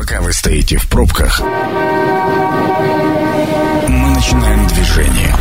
Пока вы стоите в пробках, мы начинаем движение.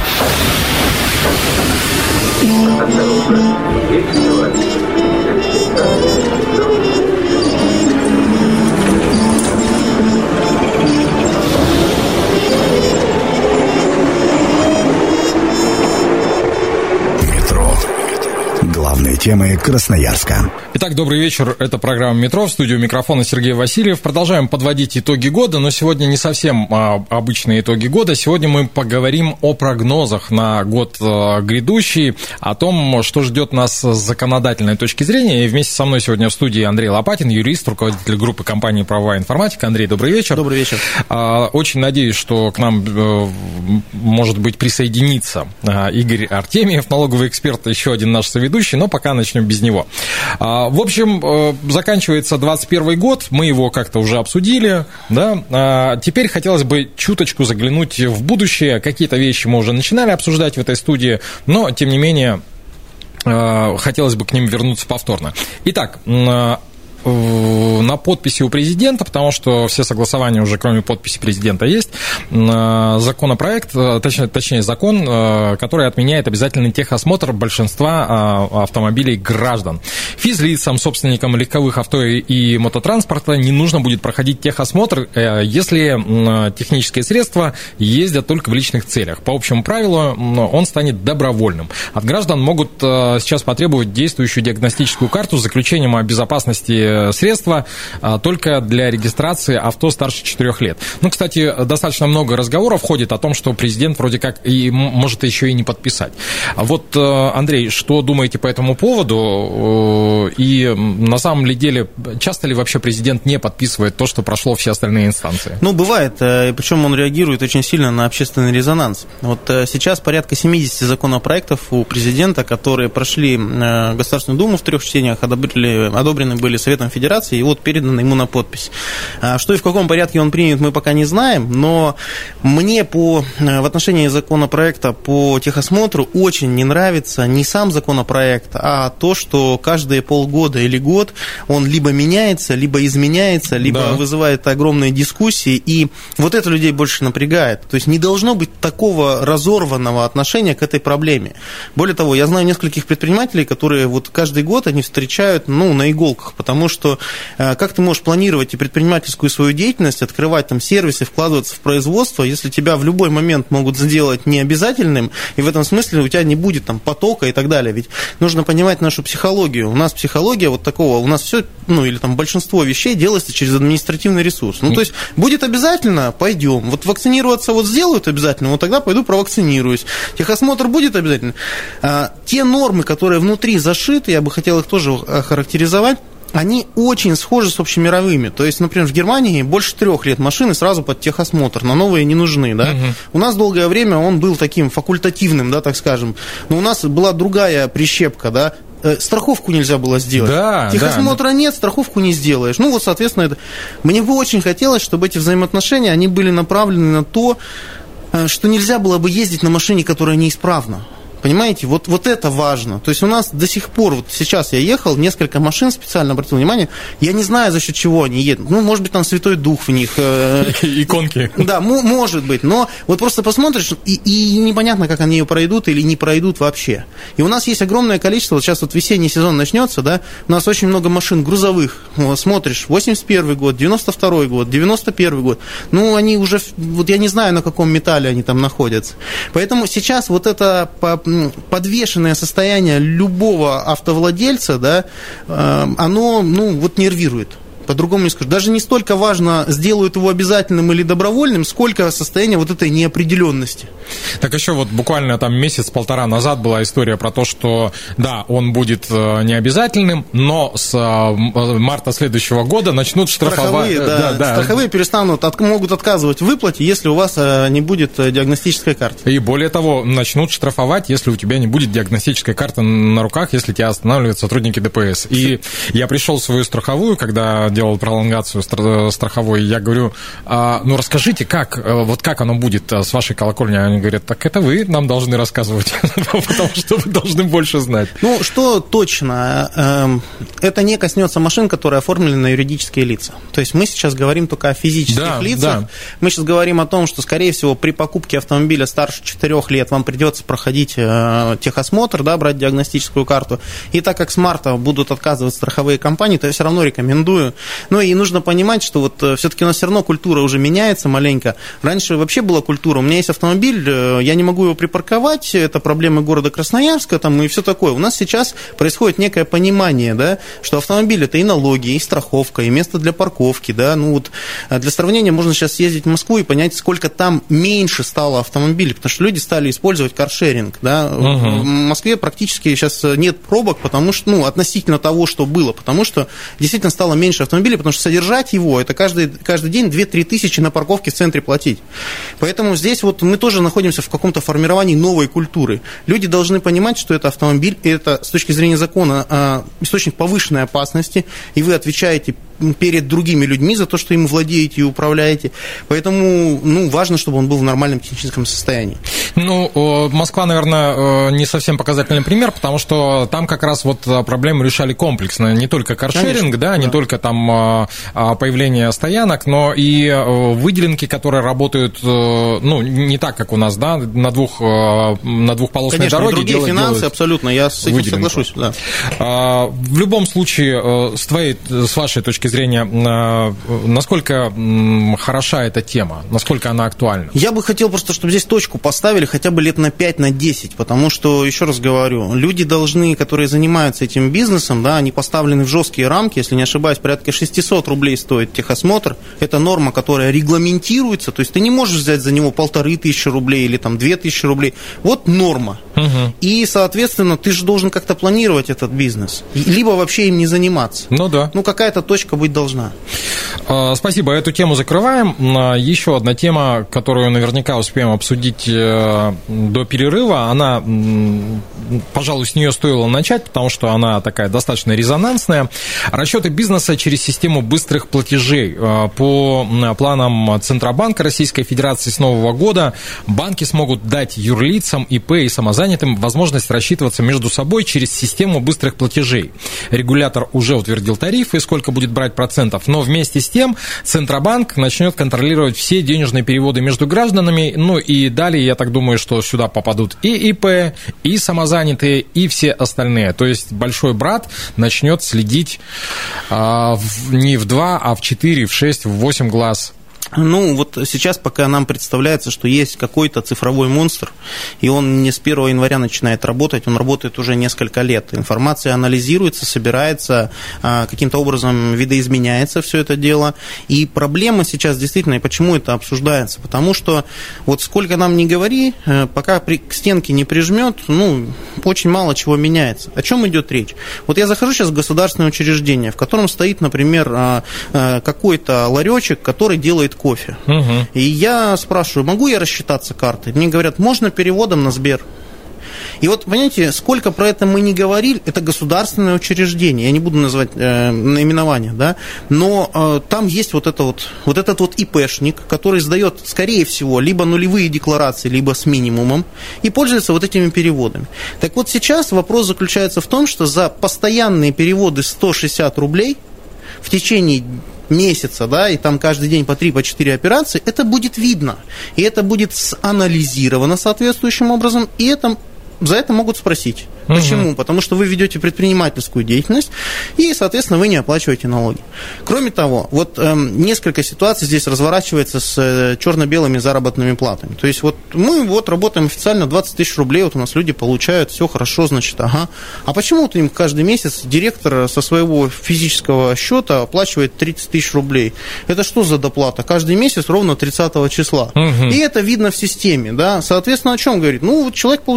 Главные темы Красноярска. Итак, добрый вечер. Это программа «Метро». В студию микрофона Сергей Васильев. Продолжаем подводить итоги года, но сегодня не совсем обычные итоги года. Сегодня мы поговорим о прогнозах на год грядущий, о том, что ждет нас с законодательной точки зрения. И вместе со мной сегодня в студии Андрей Лопатин, юрист, руководитель группы компании «Правовая информатика». Андрей, добрый вечер. Добрый вечер. Очень надеюсь, что к нам, может быть, присоединится Игорь Артемьев, налоговый эксперт, еще один наш соведущий, но пока начнем без него. В общем, заканчивается 2021 год, мы его как-то уже обсудили, да? Теперь хотелось бы чуточку заглянуть в будущее. Какие-то вещи мы уже начинали обсуждать в этой студии, но, тем не менее, хотелось бы к ним вернуться повторно. Итак, на подписи у президента, потому что все согласования уже кроме подписи президента есть, законопроект, точнее закон, который отменяет обязательный техосмотр большинства автомобилей граждан. Физлицам, собственникам легковых авто и мототранспорта не нужно будет проходить техосмотр, если технические средства ездят только в личных целях. По общему правилу он станет добровольным. От граждан могут сейчас потребовать действующую диагностическую карту с заключением о безопасности средства только для регистрации авто старше 4 лет. Ну, кстати, достаточно много разговоров ходит о том, что президент вроде как и может еще и не подписать. Вот, Андрей, что думаете по этому поводу? И на самом деле, часто ли вообще президент не подписывает то, что прошло все остальные инстанции? Ну, бывает, причем он реагирует очень сильно на общественный резонанс. Вот сейчас порядка 70 законопроектов у президента, которые прошли Государственную Думу в 3 чтениях, одобрены были Советом Федерации и вот переданы ему на подпись. Что и в каком порядке он принят, мы пока не знаем, но мне в отношении законопроекта по техосмотру очень не нравится не сам законопроект, а то, что каждые полгода или год он либо меняется, либо изменяется, либо вызывает огромные дискуссии, и вот это людей больше напрягает. То есть не должно быть такого разорванного отношения к этой проблеме. Более того, я знаю нескольких предпринимателей, которые вот каждый год они встречают на иголках, потому что как ты можешь планировать и предпринимательскую свою деятельность, открывать там сервисы, вкладываться в производство, если тебя в любой момент могут сделать необязательным, и в этом смысле у тебя не будет там потока и так далее. Ведь нужно понимать нашу психологию. У нас психология вот такого, у нас все, или там большинство вещей делается через административный ресурс. То есть будет обязательно, пойдем. Вот вакцинироваться вот сделают обязательно, вот тогда пойду провакцинируюсь. Техосмотр будет обязательно. Те нормы, которые внутри зашиты, я бы хотел их тоже охарактеризовать, они очень схожи с общемировыми. То есть, например, в Германии больше 3 лет машины сразу под техосмотр, но новые не нужны. Да? У нас долгое время он был таким факультативным, да, так скажем. Но у нас была другая прищепка, да. Страховку нельзя было сделать. Техосмотра нет, страховку не сделаешь. Соответственно, мне бы очень хотелось, чтобы эти взаимоотношения, они были направлены на то, что нельзя было бы ездить на машине, которая неисправна. Понимаете, вот это важно. То есть у нас до сих пор, вот сейчас я ехал, несколько машин, специально обратил внимание, я не знаю, за счет чего они едут. Может быть, там Святой Дух в них. Иконки. Да, может быть. Но вот просто посмотришь, и непонятно, как они ее пройдут или не пройдут вообще. И у нас есть огромное количество, вот сейчас вот весенний сезон начнется, да, у нас очень много машин грузовых. Смотришь, 81 год, 92 год, 91 год. Они уже, вот я не знаю, на каком металле они там находятся. Поэтому сейчас вот это подвешенное состояние любого автовладельца, да, оно, нервирует. По-другому не скажу. Даже не столько важно, сделают его обязательным или добровольным, сколько состояние вот этой неопределенности. Так еще вот буквально там месяц-полтора назад была история про то, что да, он будет необязательным, но с марта следующего года начнут штрафовать. Страховые могут отказывать в выплате, если у вас не будет диагностической карты. И более того, начнут штрафовать, если у тебя не будет диагностической карты на руках, если тебя останавливают сотрудники ДПС. И я пришел в свою страховую, когда делал пролонгацию страховой, я говорю, расскажите, как оно будет с вашей колокольни, они говорят, так это вы нам должны рассказывать, потому что вы должны больше знать. Ну, что точно, это не коснется машин, которые оформлены на юридические лица. То есть мы сейчас говорим только о физических лицах. Да. Мы сейчас говорим о том, что, скорее всего, при покупке автомобиля старше 4 лет вам придется проходить техосмотр, да, брать диагностическую карту. И так как с марта будут отказывать страховые компании, то я все равно рекомендую. Ну и нужно понимать, что вот все-таки у нас все равно культура уже меняется маленько. Раньше вообще была культура, у меня есть автомобиль, я не могу его припарковать, это проблемы города Красноярска там, и все такое. У нас сейчас происходит некое понимание, да, что автомобиль – это и налоги, и страховка, и место для парковки. Да. Ну, вот, для сравнения можно сейчас съездить в Москву и понять, сколько там меньше стало автомобилей, потому что люди стали использовать каршеринг. Да. В Москве практически сейчас нет пробок, потому что, ну, относительно того, что было, потому что действительно стало меньше автомобилей, потому что содержать его – это каждый день 2-3 тысячи на парковке в центре платить. Поэтому здесь вот мы тоже находимся в каком-то формировании новой культуры. Люди должны понимать, что это автомобиль, и это с точки зрения закона источник повышенной опасности, и вы отвечаете перед другими людьми за то, что им владеете и управляете. Поэтому, ну, важно, чтобы он был в нормальном техническом состоянии. Ну, Москва, наверное, не совсем показательный пример, потому что там как раз вот проблему решали комплексно. Не только каршеринг, да, не только там появление стоянок, но и выделенки, которые работают, ну, не так, как у нас, да, на двухполосной дороге. Другие финансы, абсолютно, я с этим соглашусь. Да. В любом случае, с вашей точки зрения, насколько хороша эта тема, насколько она актуальна? Я бы хотел просто, чтобы здесь точку поставили хотя бы лет на 5, на 10, потому что, еще раз говорю, люди должны, которые занимаются этим бизнесом, да, они поставлены в жесткие рамки, если не ошибаюсь, порядка 600 рублей стоит техосмотр, это норма, которая регламентируется, то есть ты не можешь взять за него 1500 рублей или там 2000 рублей, вот норма. И, соответственно, ты же должен как-то планировать этот бизнес, либо вообще им не заниматься. Ну да. Ну, какая-то точка быть должна. Спасибо, эту тему закрываем. Еще одна тема, которую наверняка успеем обсудить до перерыва, она, пожалуй, с нее стоило начать, потому что она такая достаточно резонансная. Расчеты бизнеса через систему быстрых платежей. По планам Центробанка Российской Федерации с нового года банки смогут дать юрлицам, ИП и самозанятым возможность рассчитываться между собой через систему быстрых платежей. Регулятор уже утвердил тарифы, сколько будет брать процентов, но вместе с тем Центробанк начнет контролировать все денежные переводы между гражданами, ну и далее, я так думаю, что сюда попадут и ИП, и самозанятые, и все остальные. То есть большой брат начнет следить не в 2, а в 4, в 6, в 8 глаз. Ну, вот сейчас пока нам представляется, что есть какой-то цифровой монстр, и он не с 1 января начинает работать, он работает уже несколько лет. Информация анализируется, собирается, каким-то образом видоизменяется все это дело. И проблема сейчас действительно, и почему это обсуждается? Потому что вот сколько нам ни говори, пока к стенке не прижмет, ну, очень мало чего меняется. О чем идет речь? Вот я захожу сейчас в государственное учреждение, в котором стоит, например, какой-то ларечек, который делает кофе. И я спрашиваю, могу я рассчитаться картой? Мне говорят, можно переводом на Сбер. И вот, понимаете, сколько про это мы не говорили, это государственное учреждение, я не буду называть наименование, да, но там есть вот этот ИПшник, который сдает, скорее всего, либо нулевые декларации, либо с минимумом, и пользуется вот этими переводами. Так вот сейчас вопрос заключается в том, что за постоянные переводы 160 рублей в течение месяца, да, и там каждый день по 3, по 4 операции, это будет видно, и это будет анализировано соответствующим образом, и за это могут спросить. Почему? Потому что вы ведете предпринимательскую деятельность, и, соответственно, вы не оплачиваете налоги. Кроме того, вот несколько ситуаций здесь разворачивается с черно-белыми заработными платами. То есть вот мы вот работаем официально, 20 тысяч рублей, вот у нас люди получают, все хорошо, значит, ага. А почему вот им каждый месяц директор со своего физического счета оплачивает 30 тысяч рублей? Это что за доплата? Каждый месяц ровно 30 числа. И это видно в системе, да. Соответственно, о чем говорит? Ну, вот человек получает 50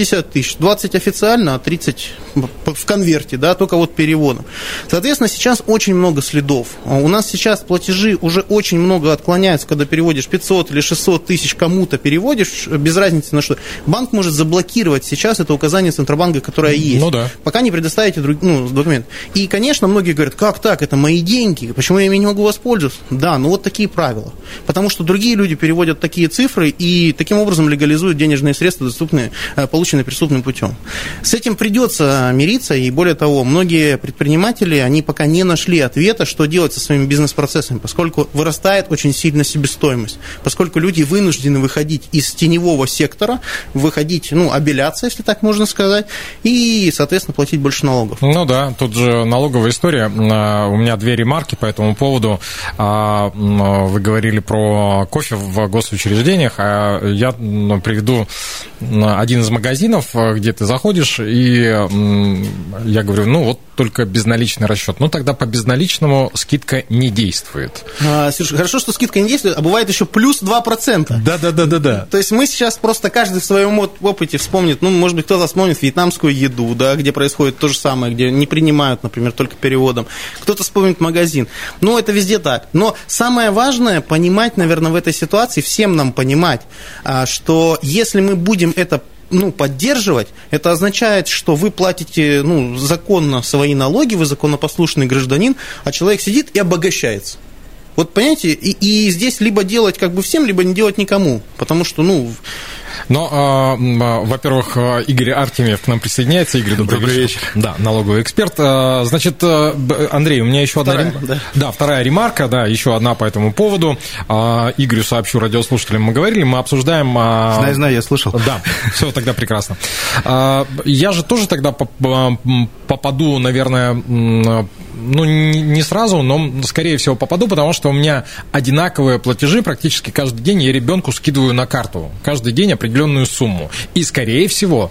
150 тысяч, 20 официально, а 30 в конверте, да, только вот переводом. Соответственно, сейчас очень много следов. У нас сейчас платежи уже очень много отклоняются, когда переводишь 500 или 600 тысяч кому-то переводишь, без разницы на что. Банк может заблокировать сейчас это указание Центробанка, которое есть, пока не предоставите документ. И, конечно, многие говорят, как так, это мои деньги, почему я ими не могу воспользоваться? Да, вот такие правила. Потому что другие люди переводят такие цифры и таким образом легализуют денежные средства, доступные, полученные преступным путем. С этим придется мириться, и более того, многие предприниматели, они пока не нашли ответа, что делать со своими бизнес-процессами, поскольку вырастает очень сильно себестоимость, поскольку люди вынуждены выходить из теневого сектора, выходить, обеляться, если так можно сказать, и, соответственно, платить больше налогов. Тут же налоговая история. У меня 2 ремарки по этому поводу. Вы говорили про кофе в госучреждениях, а я приведу один из магазинов, где ты заходишь, и я говорю, только безналичный расчет. Тогда по безналичному скидка не действует. Слушай, хорошо, что скидка не действует, а бывает еще плюс 2%. Да. То есть мы сейчас просто каждый в своем опыте вспомнит, может быть, кто-то вспомнит вьетнамскую еду, да, где происходит то же самое, где не принимают, например, только переводом. Кто-то вспомнит магазин. Это везде так. Но самое важное понимать, наверное, в этой ситуации, всем нам понимать, что если мы будем это поддерживать, это означает, что вы платите законно свои налоги, вы законопослушный гражданин, а человек сидит и обогащается. Вот понимаете, и здесь либо делать всем, либо не делать никому, потому что, Но, во-первых, Игорь Артемьев к нам присоединяется. Игорь, добрый вечер. Да, налоговый эксперт. Значит, Андрей, у меня еще одна ремарка. Да, вторая ремарка, еще одна по этому поводу. Игорю сообщу, радиослушателям мы говорили, мы обсуждаем... Знаю, я слышал. Да, все тогда прекрасно. Я же тоже тогда попаду, наверное, не сразу, но, скорее всего, попаду, потому что у меня одинаковые платежи практически каждый день. Я ребенку скидываю на карту. Каждый день определенную сумму. И, скорее всего,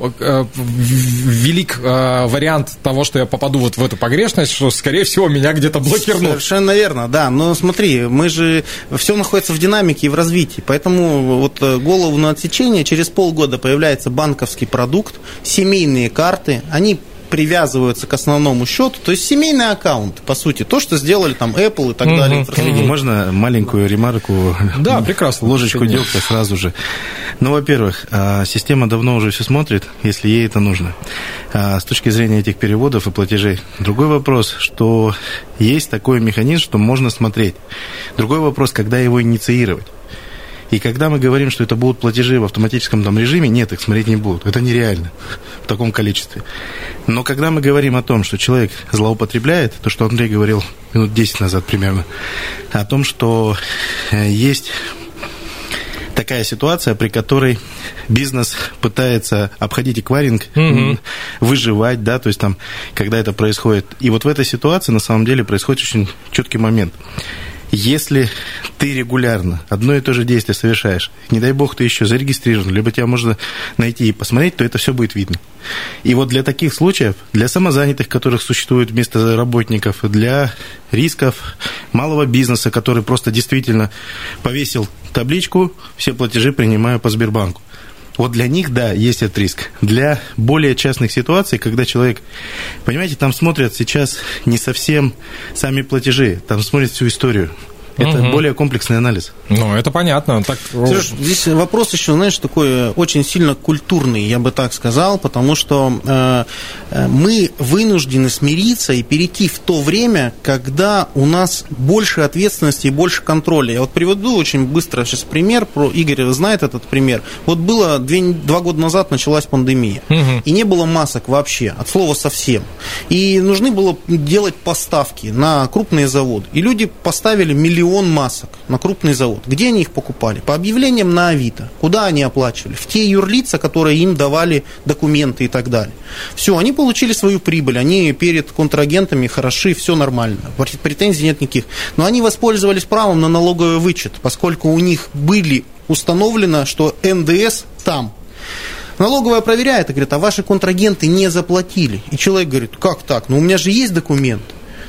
велик вариант того, что я попаду в эту погрешность, что, скорее всего, меня где-то блокируют. Совершенно верно, да. Но смотри, мы же... Все находится в динамике и в развитии. Поэтому голову на отсечение через полгода появляется банковский продукт, семейные карты, они привязываются к основному счету, то есть семейный аккаунт, по сути, то, что сделали там Apple и так далее. Можно маленькую ремарку? Да, прекрасно. Ложечку дегтя сразу же. Во-первых, система давно уже все смотрит, если ей это нужно. С точки зрения этих переводов и платежей. Другой вопрос, что есть такой механизм, что можно смотреть. Другой вопрос, когда его инициировать. И когда мы говорим, что это будут платежи в автоматическом режиме, нет, их смотреть не будут. Это нереально в таком количестве. Но когда мы говорим о том, что человек злоупотребляет, то, что Андрей говорил минут 10 назад примерно, о том, что есть такая ситуация, при которой бизнес пытается обходить эквайринг, выживать, да, то есть когда это происходит. И в этой ситуации на самом деле происходит очень четкий момент. Если ты регулярно одно и то же действие совершаешь, не дай бог ты еще зарегистрирован, либо тебя можно найти и посмотреть, то это все будет видно. И для таких случаев, для самозанятых, которых существует вместо работников, для рисков малого бизнеса, который просто действительно повесил табличку, все платежи принимаю по Сбербанку. Для них, да, есть этот риск. Для более частных ситуаций, когда человек, понимаете, там смотрят сейчас не совсем сами платежи, там смотрят всю историю. Это более комплексный анализ. Это понятно. Сереж, здесь вопрос еще, такой очень сильно культурный, я бы так сказал, потому что мы вынуждены смириться и перейти в то время, когда у нас больше ответственности и больше контроля. Я приведу очень быстро сейчас пример, Игорь знает этот пример. Было 2 года назад началась пандемия, и не было масок вообще, от слова совсем. И нужно было делать поставки на крупные заводы. И люди поставили миллион масок на крупный завод. Где они их покупали? По объявлениям на Авито. Куда они оплачивали? В те юрлица, которые им давали документы и так далее. Все, они получили свою прибыль, они перед контрагентами хороши, все нормально, претензий нет никаких. Но они воспользовались правом на налоговый вычет, поскольку у них были установлено, что НДС там. Налоговая проверяет и говорит, а ваши контрагенты не заплатили. И человек говорит, как так? У меня же есть документ.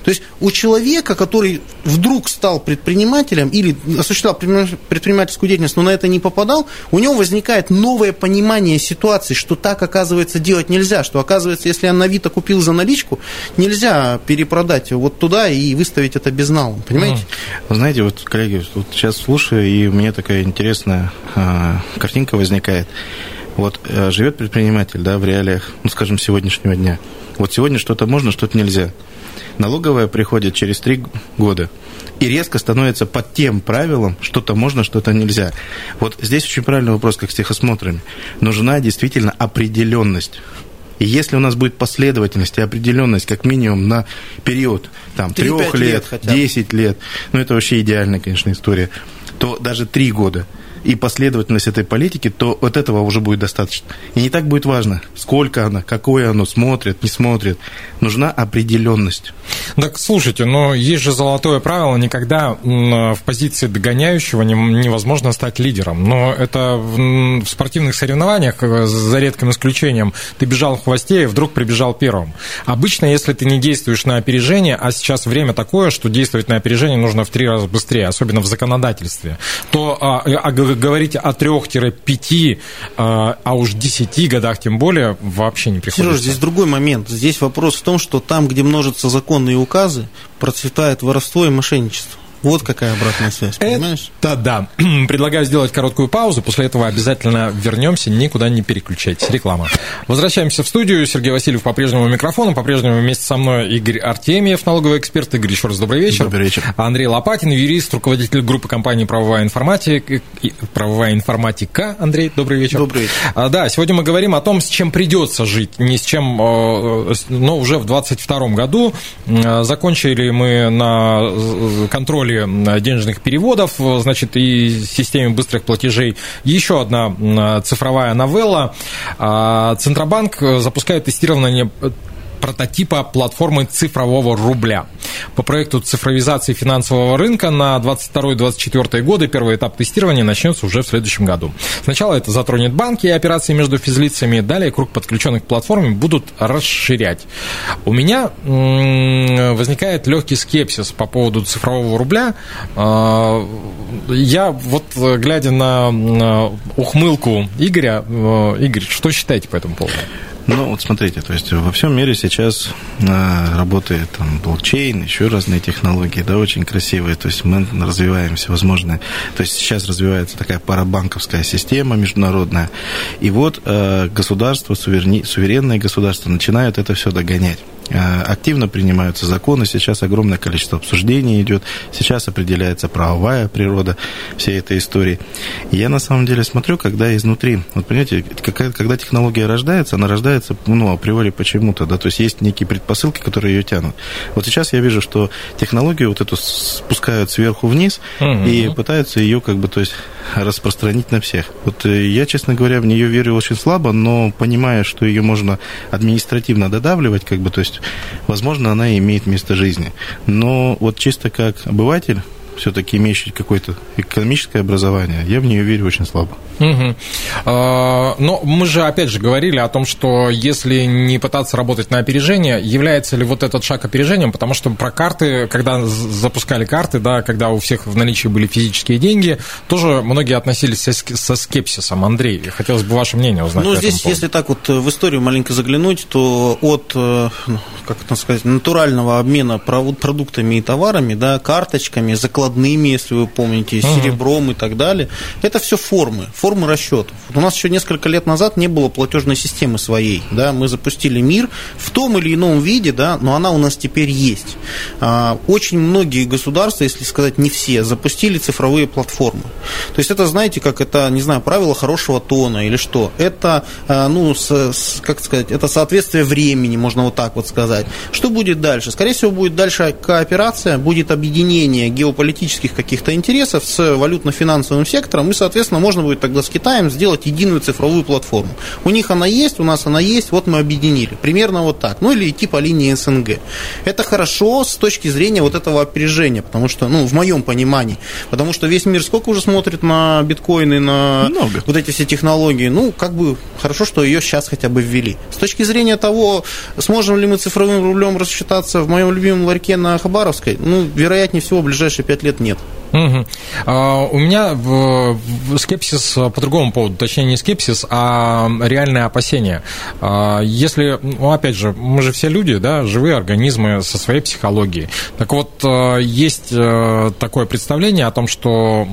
То есть у человека, который вдруг стал предпринимателем или осуществлял предпринимательскую деятельность, но на это не попадал, у него возникает новое понимание ситуации, что так, оказывается, делать нельзя, что, оказывается, если я на Авито купил за наличку, нельзя перепродать вот туда и выставить это безналом, понимаете? Вы знаете, вот, коллеги, вот сейчас слушаю, и у меня такая интересная картинка возникает. Вот живет предприниматель, да, в реалиях, ну, скажем, сегодняшнего дня. Вот сегодня что-то можно, что-то нельзя. Налоговая приходит через 3 года и резко становится под тем правилом, что-то можно, что-то нельзя. Вот здесь очень правильный вопрос, как с техосмотрами. Нужна действительно определенность. И если у нас будет последовательность и определенность как минимум на период там, 3 лет, 10 лет, ну это вообще идеальная, конечно, история, то даже 3 года и последовательность этой политики, то вот этого уже будет достаточно. И не так будет важно, сколько она, какое оно, смотрит, не смотрит. Нужна определенность. Так, слушайте, но есть же золотое правило, никогда в позиции догоняющего невозможно стать лидером. Но это в спортивных соревнованиях, за редким исключением, ты бежал в хвосте и вдруг прибежал первым. Обычно, если ты не действуешь на опережение, а сейчас время такое, что действовать на опережение нужно в 3 раза быстрее, особенно в законодательстве, то говорить о 3-5, а уж 10 годах тем более, вообще не приходится. Сереж, здесь другой момент. Здесь вопрос в том, что там, где множатся законы и указы, процветает воровство и мошенничество. Вот какая обратная связь, понимаешь? Это да. Предлагаю сделать короткую паузу, после этого обязательно вернемся, никуда не переключайтесь. Реклама. Возвращаемся в студию. Сергей Васильев по-прежнему у микрофона, по-прежнему вместе со мной Игорь Артемьев, налоговый эксперт. Игорь, еще раз добрый вечер. Добрый вечер. Андрей Лопатин, юрист, руководитель группы компании «Правовая информатика». Андрей, добрый вечер. Добрый вечер. Да, сегодня мы говорим о том, с чем придется жить, не с чем, но уже в 2022 году. Закончили мы на контроле денежных переводов, значит, и системе быстрых платежей. Еще одна цифровая новелла. Центробанк запускает тестирование прототипа платформы цифрового рубля. По проекту цифровизации финансового рынка на 2022-2024 годы первый этап тестирования начнется уже в следующем году. Сначала это затронет банки и операции между физлицами, далее круг подключенных к платформе будут расширять. У меня возникает легкий скепсис по поводу цифрового рубля. Я вот, глядя на ухмылку Игоря, Игорь, что считаете по этому поводу? Ну, вот смотрите, то есть во всем мире сейчас работает там блокчейн, еще разные технологии, да, очень красивые, то есть мы развиваем всевозможные, то есть сейчас развивается такая парабанковская система международная, и вот государства, суверенные государства начинают это все догонять. Активно принимаются законы, сейчас огромное количество обсуждений идет, сейчас определяется правовая природа всей этой истории. И я на самом деле смотрю, когда изнутри, вот понимаете, когда технология рождается, она рождается, ну, априори почему-то, да, то есть есть некие предпосылки, которые ее тянут. Вот сейчас я вижу, что технологию вот эту спускают сверху вниз и пытаются ее, как бы, то есть распространить на всех. Вот я, честно говоря, в нее верю очень слабо, но понимая, что ее можно административно додавливать, как бы, то есть возможно, она имеет место жизни. Но вот чисто как обыватель, все-таки имеющий какое-то экономическое образование, я в нее верю очень слабо. Но мы же, опять же, говорили о том, что если не пытаться работать на опережение, является ли вот этот шаг опережением, потому что про карты, когда запускали карты, да, когда у всех в наличии были физические деньги, тоже многие относились со скепсисом. Андрей, хотелось бы ваше мнение узнать. Ну, здесь, если так вот в историю маленько заглянуть, то от, как это сказать, натурального обмена продуктами и товарами, да, карточками, закладными, если вы помните, серебром и так далее, это все формы расчетов. Вот у нас еще несколько лет назад не было платежной системы своей, да, мы запустили МИР в том или ином виде, да, но она у нас теперь есть. Очень многие государства, если сказать не все, запустили цифровые платформы. То есть это, знаете, как это, не знаю, правило хорошего тона или что? Это, ну, как сказать, это соответствие времени, можно вот так вот сказать. Что будет дальше? Скорее всего, будет дальше кооперация, будет объединение геополитических политических каких-то интересов с валютно-финансовым сектором, и, соответственно, можно будет тогда с Китаем сделать единую цифровую платформу. У них она есть, у нас она есть, вот мы объединили. Примерно вот так. Ну, или идти по линии СНГ. Это хорошо с точки зрения вот этого опережения, потому что, в моем понимании, потому что весь мир сколько уже смотрит на биткоины, на вот эти все технологии, хорошо, что ее сейчас хотя бы ввели. С точки зрения того, сможем ли мы цифровым рублем рассчитаться в моем любимом ларьке на Хабаровской, вероятнее всего, в ближайшие 5 лет нет. Угу. У меня скепсис по другому поводу, точнее не скепсис, а реальное опасение. Если, опять же, мы же все люди, да, живые организмы со своей психологией. Так вот, есть такое представление о том, что,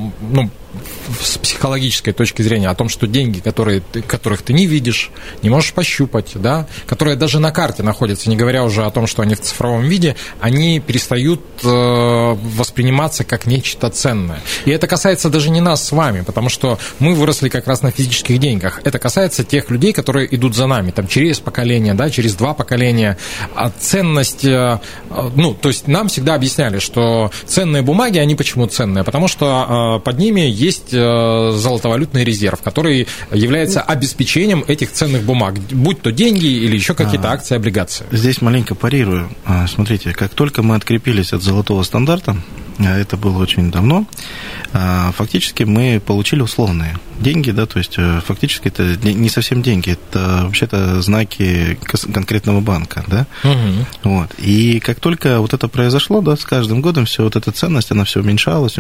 с психологической точки зрения, о том, что деньги, которых ты не видишь, не можешь пощупать, да, которые даже на карте находятся, не говоря уже о том, что они в цифровом виде, они перестают восприниматься как нечто ценное. И это касается даже не нас с вами, потому что мы выросли как раз на физических деньгах. Это касается тех людей, которые идут за нами, там, через поколение, да, через 2 поколения. А ценность, то есть нам всегда объясняли, что ценные бумаги, они почему ценные? Потому что под ними есть золотовалютный резерв, который является обеспечением этих ценных бумаг, будь то деньги или еще какие-то акции, облигации. Здесь маленько парирую. Смотрите, как только мы открепились от золотого стандарта, это было очень давно, фактически мы получили условные деньги, да, то есть фактически это не совсем деньги, это вообще-то знаки конкретного банка, да, вот. И как только вот это произошло, да, с каждым годом все вот эта ценность, она все уменьшалась.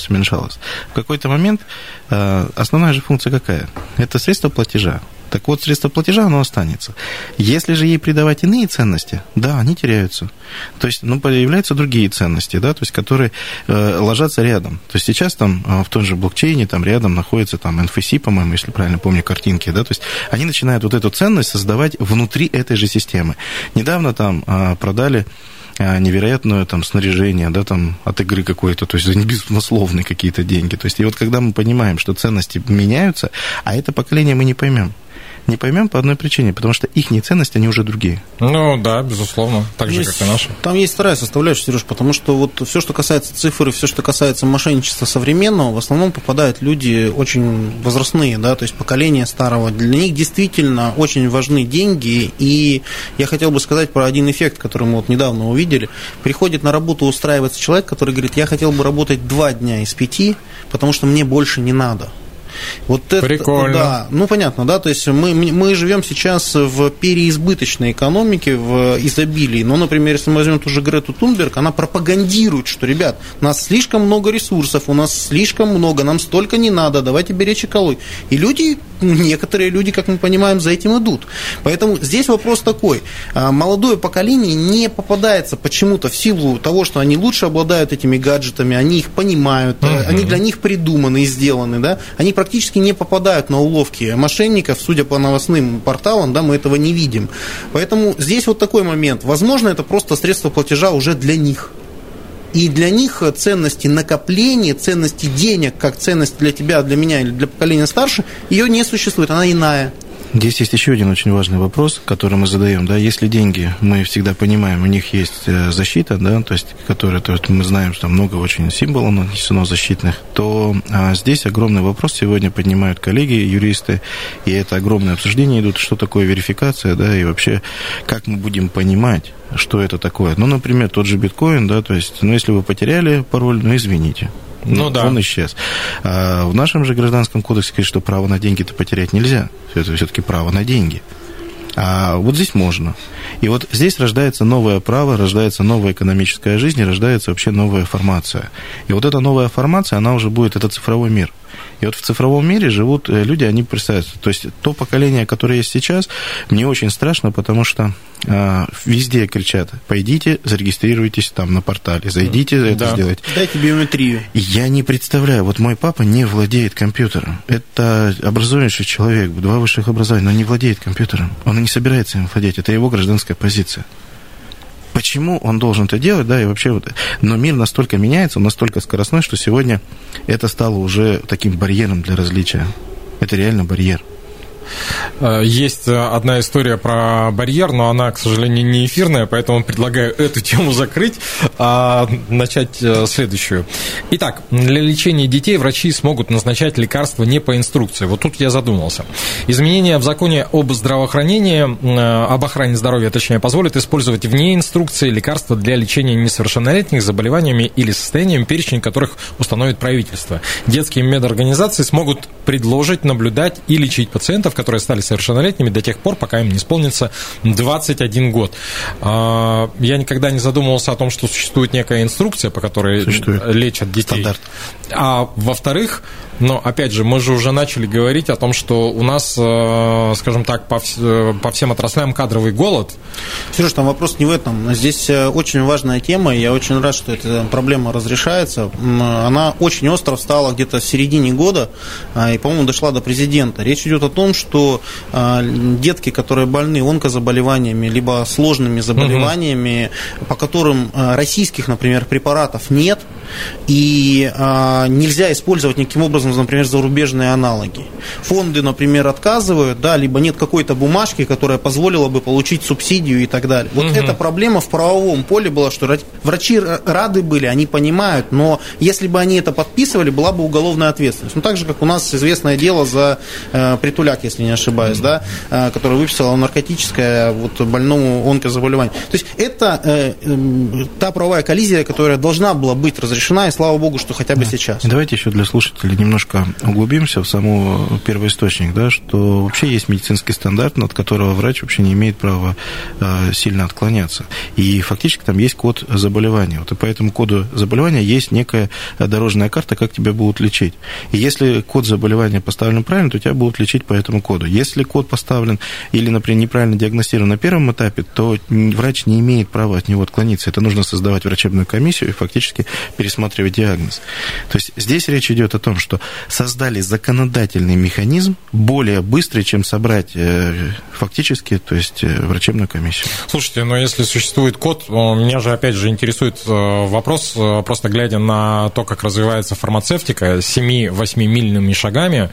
В какой-то момент основная же функция какая? Это средство платежа. Так вот, средство платежа, оно останется. Если же ей придавать иные ценности, да, они теряются. То есть, появляются другие ценности, да, то есть, которые ложатся рядом. То есть, сейчас там в том же блокчейне там рядом находится там NFC, по-моему, если правильно помню картинки, да, то есть, они начинают вот эту ценность создавать внутри этой же системы. Недавно там продали невероятное там снаряжение, да, там от игры какой-то, то есть безусловные какие-то деньги. То есть, и вот когда мы понимаем, что ценности меняются, а это поколение мы не поймем. Не поймем по одной причине, потому что их ценности, они уже другие. Да, безусловно, так же, как и наши. Там есть вторая составляющая, Сереж, потому что вот все, что касается цифр и все, что касается мошенничества современного, в основном попадают люди очень возрастные, да, то есть поколение старого. Для них действительно очень важны деньги, и я хотел бы сказать про один эффект, который мы вот недавно увидели. Приходит на работу, устраивается человек, который говорит, я хотел бы работать 2 дня из 5, потому что мне больше не надо. Вот это, прикольно. Да, понятно, да, то есть мы живем сейчас в переизбыточной экономике, в изобилии. Но, например, если мы возьмем ту же Грету Тунберг, она пропагандирует, что, ребят, у нас слишком много ресурсов, у нас слишком много, нам столько не надо, давайте беречь экологию. И люди, некоторые люди, как мы понимаем, за этим идут. Поэтому здесь вопрос такой. Молодое поколение не попадается почему-то в силу того, что они лучше обладают этими гаджетами, они их понимают, они для них придуманы и сделаны, да, они практически не попадают на уловки мошенников, судя по новостным порталам, да, мы этого не видим. Поэтому здесь вот такой момент. Возможно, это просто средство платежа уже для них. И для них ценности накопления, ценности денег, как ценность для тебя, для меня или для поколения старше, ее не существует, она иная. Здесь есть еще один очень важный вопрос, который мы задаем. Да, если деньги, мы всегда понимаем, у них есть защита, да, то есть, мы знаем, что много очень символов нанесено защитных, то здесь огромный вопрос сегодня поднимают коллеги, юристы, и это огромное обсуждение идут, что такое верификация, да, и вообще, как мы будем понимать, что это такое. Например, тот же биткоин, да, то есть, если вы потеряли пароль, извините. Да. Он исчез. В нашем же гражданском кодексе говорит, что право на деньги-то потерять нельзя. Это все-таки право на деньги. А вот здесь можно. И вот здесь рождается новое право, рождается новая экономическая жизнь, и рождается вообще новая формация. И вот эта новая формация, она уже будет, это цифровой мир. И вот в цифровом мире живут люди, они представляют, то есть то поколение, которое есть сейчас, мне очень страшно, потому что везде кричат, пойдите, зарегистрируйтесь там на портале, зайдите, это сделайте. Дайте биометрию. Я не представляю, вот мой папа не владеет компьютером. Это образованнейший человек, 2 высших образования, но не владеет компьютером. Он и не собирается им владеть, это его гражданская позиция. Почему он должен это делать, да, и вообще вот. Но мир настолько меняется, он настолько скоростной, что сегодня это стало уже таким барьером для различия. Это реально барьер. Есть одна история про барьер, но она, к сожалению, не эфирная, поэтому предлагаю эту тему закрыть, а начать следующую. Итак, для лечения детей врачи смогут назначать лекарства не по инструкции. Вот тут я задумался. Изменения в законе об здравоохранении, об охране здоровья, точнее, позволят использовать вне инструкции лекарства для лечения несовершеннолетних с заболеваниями или состояниями, перечень которых установит правительство. Детские медорганизации смогут предложить, наблюдать и лечить пациентов, которые стали совершеннолетними до тех пор, пока им не исполнится 21 год. Я никогда не задумывался о том, что существует некая инструкция, по которой лечат детей. Стандарт. А во-вторых, но, опять же, мы же уже начали говорить о том, что у нас, скажем так, по всем отраслям кадровый голод. Сереж, там вопрос не в этом. Здесь очень важная тема, и я очень рад, что эта проблема разрешается. Она очень остро встала где-то в середине года, и, по-моему, дошла до президента. Речь идет о том, что детки, которые больны онкозаболеваниями, либо сложными заболеваниями, по которым российских, например, препаратов нет, и нельзя использовать никаким образом, например, зарубежные аналоги. Фонды, например, отказывают, да, либо нет какой-то бумажки, которая позволила бы получить субсидию и так далее. Вот эта проблема в правовом поле была, что врачи рады были, они понимают, но если бы они это подписывали, была бы уголовная ответственность. Ну, так же, как у нас известное дело за Притуляк, если не ошибаюсь, да, который выписал наркотическое вот, больному онкозаболеванию. То есть это та правовая коллизия, которая должна была быть разрешена, и слава богу, что хотя бы сейчас. Давайте еще для слушателей немножко углубимся в саму первоисточник, да, что вообще есть медицинский стандарт, от которого врач вообще не имеет права сильно отклоняться. И фактически там есть код заболевания. Вот, и по этому коду заболевания есть некая дорожная карта, как тебя будут лечить. И если код заболевания поставлен правильно, то тебя будут лечить по этому коду. Если код поставлен или, например, неправильно диагностирован на первом этапе, то врач не имеет права от него отклониться. Это нужно создавать врачебную комиссию и фактически пересматривать диагноз. То есть здесь речь идет о том, что создали законодательный механизм более быстрый, чем собрать фактически, то есть врачебную комиссию. Слушайте, но если существует код, меня же опять же интересует вопрос, просто глядя на то, как развивается фармацевтика, 7-8-мильными шагами,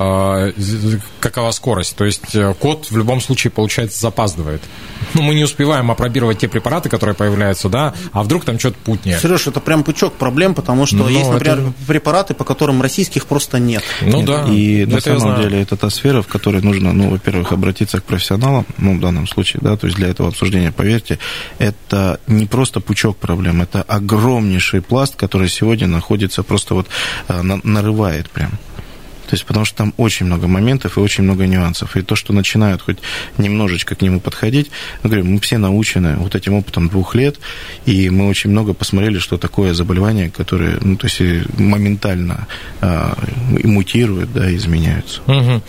какова скорость? То есть код в любом случае, получается, запаздывает. Ну, мы не успеваем апробировать те препараты, которые появляются, да, а вдруг там что-то путнее. Сереж, это прям пучок проблем, потому что есть, например, препараты, по которым российских просто нет. Ну да. И на самом деле это та сфера, в которой нужно, ну, во-первых, обратиться к профессионалам, ну, в данном случае, да, то есть для этого обсуждения, поверьте, это не просто пучок проблем, это огромнейший пласт, который сегодня находится, просто вот нарывает прям. То есть, потому что там очень много моментов и очень много нюансов. И то, что начинают хоть немножечко к нему подходить, мы все научены вот этим опытом 2 лет, и мы очень много посмотрели, что такое заболевание, которое, ну, то есть, моментально мутирует, да, изменяются.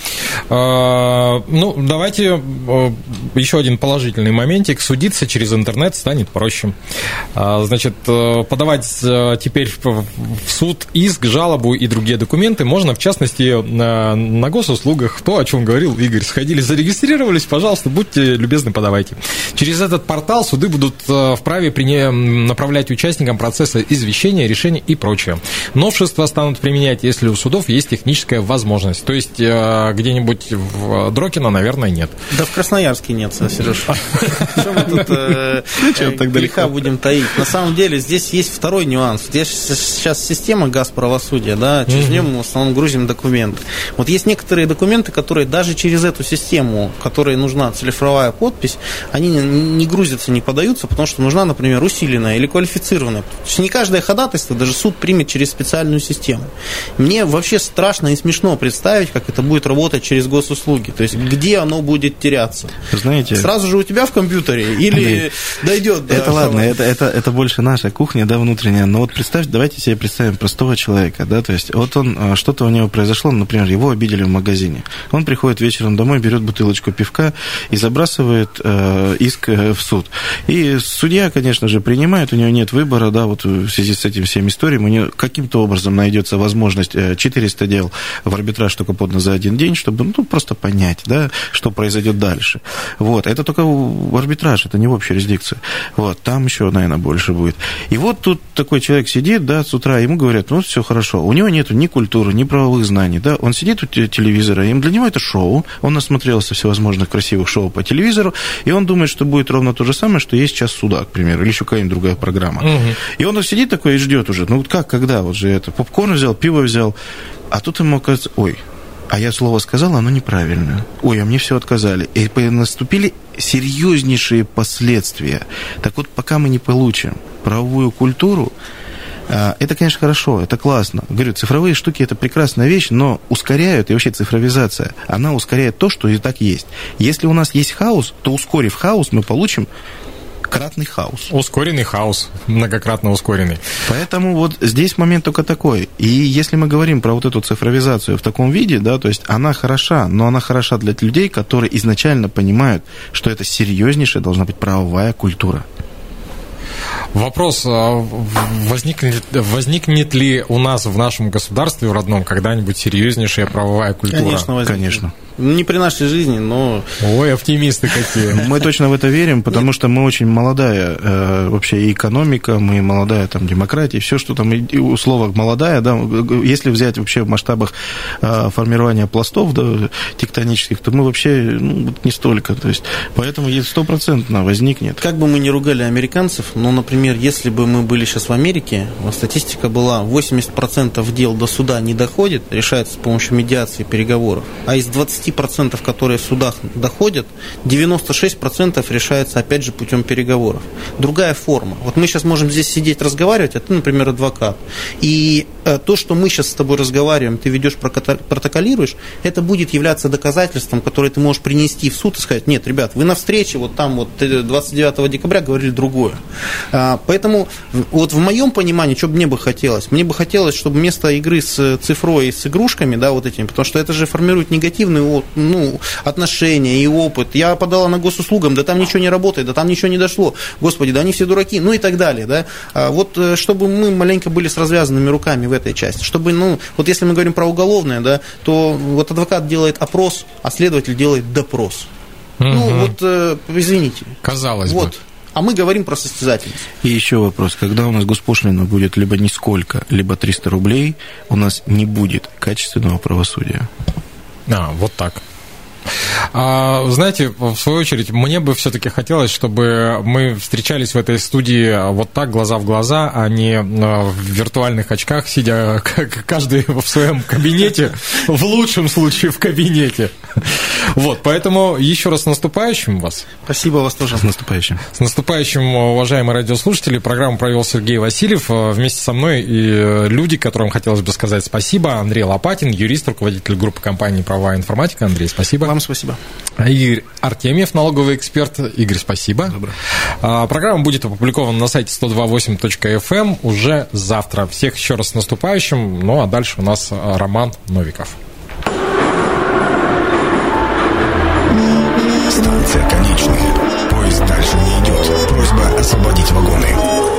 Ну, давайте еще один положительный моментик. Судиться через интернет станет проще. Значит, подавать теперь в суд иск, жалобу и другие документы можно, в частности, на госуслугах, то, о чем говорил Игорь, сходили, зарегистрировались, пожалуйста, будьте любезны, подавайте. Через этот портал суды будут вправе направлять участникам процесса извещения, решения и прочее. Новшества станут применять, если у судов есть техническая возможность. То есть где-нибудь в Дрокино, наверное, нет. Да в Красноярске нет, Сереж. Что мы тут греха будем таить? На самом деле здесь есть второй нюанс. Здесь сейчас система газправосудия, да, через нее мы в основном грузим документы. Вот есть некоторые документы, которые даже через эту систему, которой нужна цифровая подпись, они не грузятся, не подаются, потому что нужна, например, усиленная или квалифицированная. То есть не каждое ходатайство даже суд примет через специальную систему. Мне вообще страшно и смешно представить, как это будет работать через госуслуги. То есть где оно будет теряться? Знаете, сразу же у тебя в компьютере или дойдет до... Это ладно, это больше наша кухня, да, внутренняя. Но вот представьте, давайте себе представим простого человека, да, то есть вот он, что-то у него произошло, например, его обидели в магазине. Он приходит вечером домой, берет бутылочку пивка и забрасывает иск в суд. И судья, конечно же, принимает, у него нет выбора, да, вот в связи с этим всеми историями, у него каким-то образом найдется возможность 400 дел в арбитраж только подно за один день, чтобы, ну, просто понять, да, что произойдет дальше. Вот. Это только в арбитраж, это не в общей юрисдикции. Вот. Там еще, наверное, больше будет. И вот тут такой человек сидит, да, с утра, ему говорят, ну, все хорошо. У него нету ни культуры, ни правовых знаний, да, он сидит у телевизора, и для него это шоу, он насмотрелся всевозможных красивых шоу по телевизору, и он думает, что будет ровно то же самое, что есть «Час суда», к примеру, или еще какая-нибудь другая программа. И он сидит такой и ждет уже, ну вот как, когда, вот же это, попкорн взял, пиво взял, а тут ему оказывается, ой, а я слово сказал, оно неправильное. Ой, а мне все отказали. И наступили серьезнейшие последствия. Так вот, пока мы не получим правовую культуру, это, конечно, хорошо, это классно. Говорю, цифровые штуки – это прекрасная вещь, но ускоряют, и вообще цифровизация, она ускоряет то, что и так есть. Если у нас есть хаос, то, ускорив хаос, мы получим кратный хаос. Ускоренный хаос, многократно ускоренный. Поэтому вот здесь момент только такой. И если мы говорим про вот эту цифровизацию в таком виде, да, то есть она хороша, но она хороша для людей, которые изначально понимают, что это серьезнейшая должна быть правовая культура. Вопрос, возникнет ли у нас в нашем государстве, в родном, когда-нибудь серьезнейшая правовая культура? Конечно, возникнет. Конечно. Не при нашей жизни, но... Ой, оптимисты какие. Мы точно в это верим, потому что мы очень молодая вообще и экономика, мы молодая там демократия, все, что там, условно молодая, да, если взять вообще в масштабах формирования пластов, да, тектонических, то мы вообще не столько, то есть, поэтому 100% возникнет. Как бы мы ни ругали американцев, но, например, если бы мы были сейчас в Америке, статистика была, 80% дел до суда не доходит, решается с помощью медиации и переговоров, а из 20%, которые в судах доходят, 96% решается, опять же, путем переговоров. Другая форма. Вот мы сейчас можем здесь сидеть, разговаривать, а ты, например, адвокат. И то, что мы сейчас с тобой разговариваем, ты ведешь, протоколируешь, это будет являться доказательством, которое ты можешь принести в суд и сказать, нет, ребят, вы на встрече, вот там вот 29 декабря говорили другое. Поэтому вот в моем понимании, что бы мне бы хотелось? Мне бы хотелось, чтобы вместо игры с цифрой, с игрушками, да, вот этими, потому что это же формирует негативный отношения и опыт. Я подала на госуслугам, да там ничего не работает, да там ничего не дошло. Господи, да они все дураки, ну и так далее. Да? Вот чтобы мы маленько были с развязанными руками в этой части. Чтобы, вот если мы говорим про уголовное, да, то вот адвокат делает опрос, а следователь делает допрос. Извините. Казалось бы. А мы говорим про состязательность. И еще вопрос. Когда у нас госпошлина будет либо нисколько, либо 300 рублей, у нас не будет качественного правосудия. Вот так. Знаете, в свою очередь, мне бы все-таки хотелось, чтобы мы встречались в этой студии вот так, глаза в глаза, а не в виртуальных очках, сидя каждый в своем кабинете, в лучшем случае в кабинете. Вот, поэтому еще раз с наступающим вас. Спасибо вас тоже. С наступающим. С наступающим, уважаемые радиослушатели. Программу провел Сергей Васильев. Вместе со мной и люди, которым хотелось бы сказать спасибо. Андрей Лопатин, юрист, руководитель группы компании «Правовая информатика». Андрей, спасибо. Вам спасибо. Игорь Артемьев, налоговый эксперт. Игорь, спасибо. Добро. Программа будет опубликована на сайте 128.fm уже завтра. Всех еще раз с наступающим. Ну, а дальше у нас Роман Новиков. Станция конечная. Поезд дальше не идет. Просьба освободить вагоны.